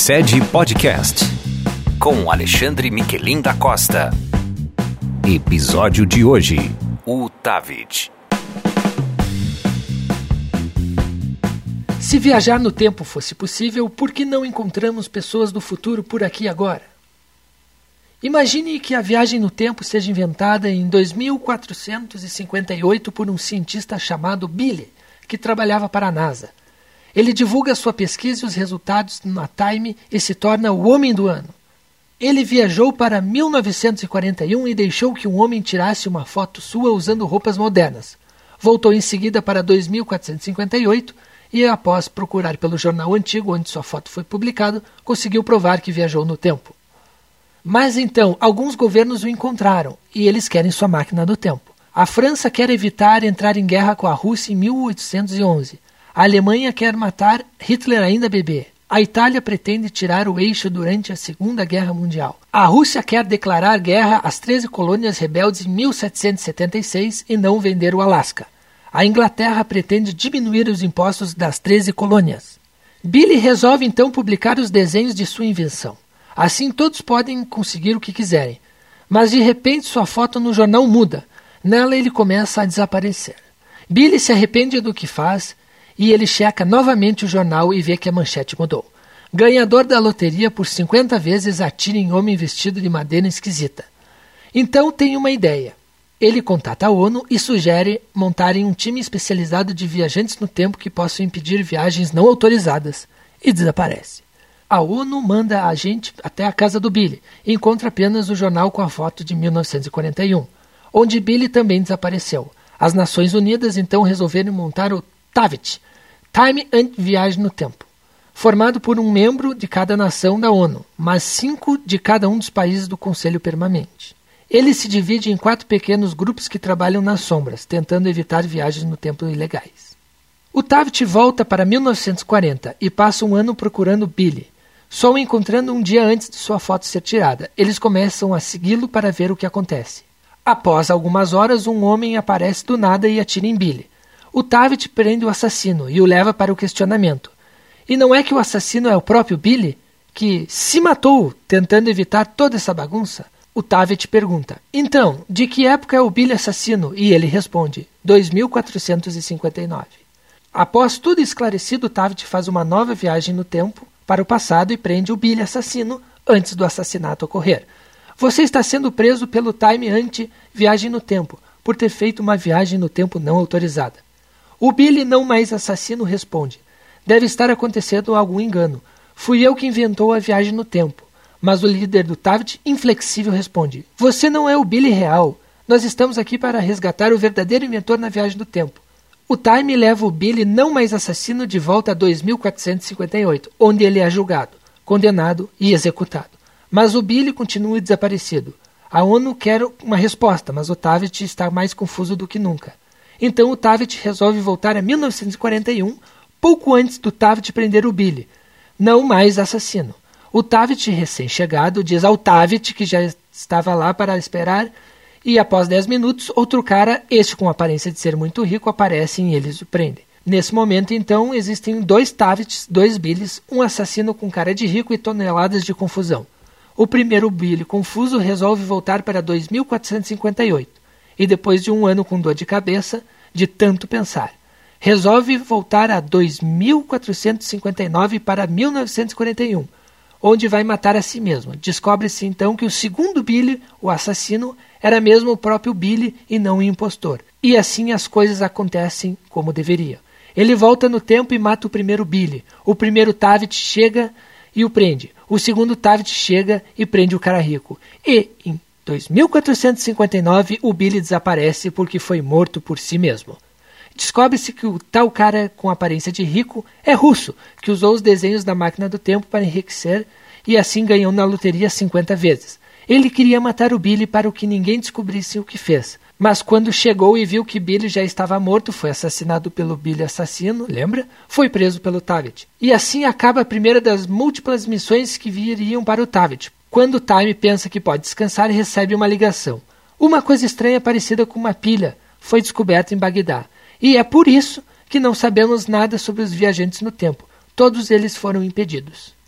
Sede Podcast, com Alexandre Miquelin da Costa. Episódio de hoje, o Tavit. Se viajar no tempo fosse possível, por que não encontramos pessoas do futuro por aqui agora? Imagine que a viagem no tempo seja inventada em 2458 por um cientista chamado Billy, que trabalhava para a NASA. Ele divulga sua pesquisa e os resultados na Time e se torna o Homem do Ano. Ele viajou para 1941 e deixou que um homem tirasse uma foto sua usando roupas modernas. Voltou em seguida para 2458 e, após procurar pelo jornal antigo onde sua foto foi publicada, conseguiu provar que viajou no tempo. Mas então, alguns governos o encontraram e eles querem sua máquina do tempo. A França quer evitar entrar em guerra com a Rússia em 1811. A Alemanha quer matar Hitler ainda bebê. A Itália pretende tirar o eixo durante a Segunda Guerra Mundial. A Rússia quer declarar guerra às 13 colônias rebeldes em 1776 e não vender o Alasca. A Inglaterra pretende diminuir os impostos das 13 colônias. Billy resolve então publicar os desenhos de sua invenção. Assim todos podem conseguir o que quiserem. Mas de repente sua foto no jornal muda. Nela ele começa a desaparecer. Billy se arrepende do que faz e ele checa novamente o jornal e vê que a manchete mudou. Ganhador da loteria por 50 vezes atira em homem vestido de madeira esquisita. Então tem uma ideia. Ele contata a ONU e sugere montarem um time especializado de viajantes no tempo que possam impedir viagens não autorizadas. E desaparece. A ONU manda a gente até a casa do Billy e encontra apenas o jornal com a foto de 1941, onde Billy também desapareceu. As Nações Unidas então resolveram montar o Tavit, Time and Viagem no Tempo, formado por um membro de cada nação da ONU, mas 5 de cada um dos países do Conselho Permanente. Ele se divide em 4 pequenos grupos que trabalham nas sombras, tentando evitar viagens no tempo ilegais. O Tavit volta para 1940 e passa um ano procurando Billy, só o encontrando um dia antes de sua foto ser tirada. Eles começam a segui-lo para ver o que acontece. Após algumas horas, um homem aparece do nada e atira em Billy. O Tavit prende o assassino e o leva para o questionamento. E não é que o assassino é o próprio Billy, que se matou tentando evitar toda essa bagunça? O Tavit pergunta, então, de que época é o Billy assassino? E ele responde, 2459. Após tudo esclarecido, o Tavit faz uma nova viagem no tempo para o passado e prende o Billy assassino antes do assassinato ocorrer. Você está sendo preso pelo Time Anti-Viagem no Tempo, por ter feito uma viagem no tempo não autorizada. O Billy, não mais assassino, responde, deve estar acontecendo algum engano. Fui eu que inventou a viagem no tempo. Mas o líder do Tavit, inflexível, responde, você não é o Billy real. Nós estamos aqui para resgatar o verdadeiro inventor na viagem do tempo. O Time leva o Billy, não mais assassino, de volta a 2458, onde ele é julgado, condenado e executado. Mas o Billy continua desaparecido. A ONU quer uma resposta, mas o Tavit está mais confuso do que nunca. Então o Tavit resolve voltar a 1941, pouco antes do Tavit prender o Billy, não mais assassino. O Tavit, recém-chegado, diz ao Tavit que já estava lá para esperar e, após 10 minutos, outro cara, este com a aparência de ser muito rico, aparece e eles o prendem. Nesse momento, então, existem 2 Tavits, 2 Billys, um assassino com cara de rico e toneladas de confusão. O primeiro Billy, confuso, resolve voltar para 2458 e, depois de um ano com dor de cabeça, de tanto pensar, resolve voltar a 2459 para 1941, onde vai matar a si mesmo. Descobre-se então que o segundo Billy, o assassino, era mesmo o próprio Billy e não o impostor. E assim as coisas acontecem como deveriam. Ele volta no tempo e mata o primeiro Billy. O primeiro Tavit chega e o prende. O segundo Tavit chega e prende o cara rico. E, em 2459, o Billy desaparece porque foi morto por si mesmo. Descobre-se que o tal cara com aparência de rico é russo, que usou os desenhos da máquina do tempo para enriquecer e assim ganhou na loteria 50 vezes. Ele queria matar o Billy para que ninguém descobrisse o que fez. Mas quando chegou e viu que Billy já estava morto, foi assassinado pelo Billy assassino, lembra? Foi preso pelo Tavit. E assim acaba a primeira das múltiplas missões que viriam para o Tavit. Quando o Time pensa que pode descansar, recebe uma ligação. Uma coisa estranha parecida com uma pilha foi descoberta em Bagdá. E é por isso que não sabemos nada sobre os viajantes no tempo. Todos eles foram impedidos.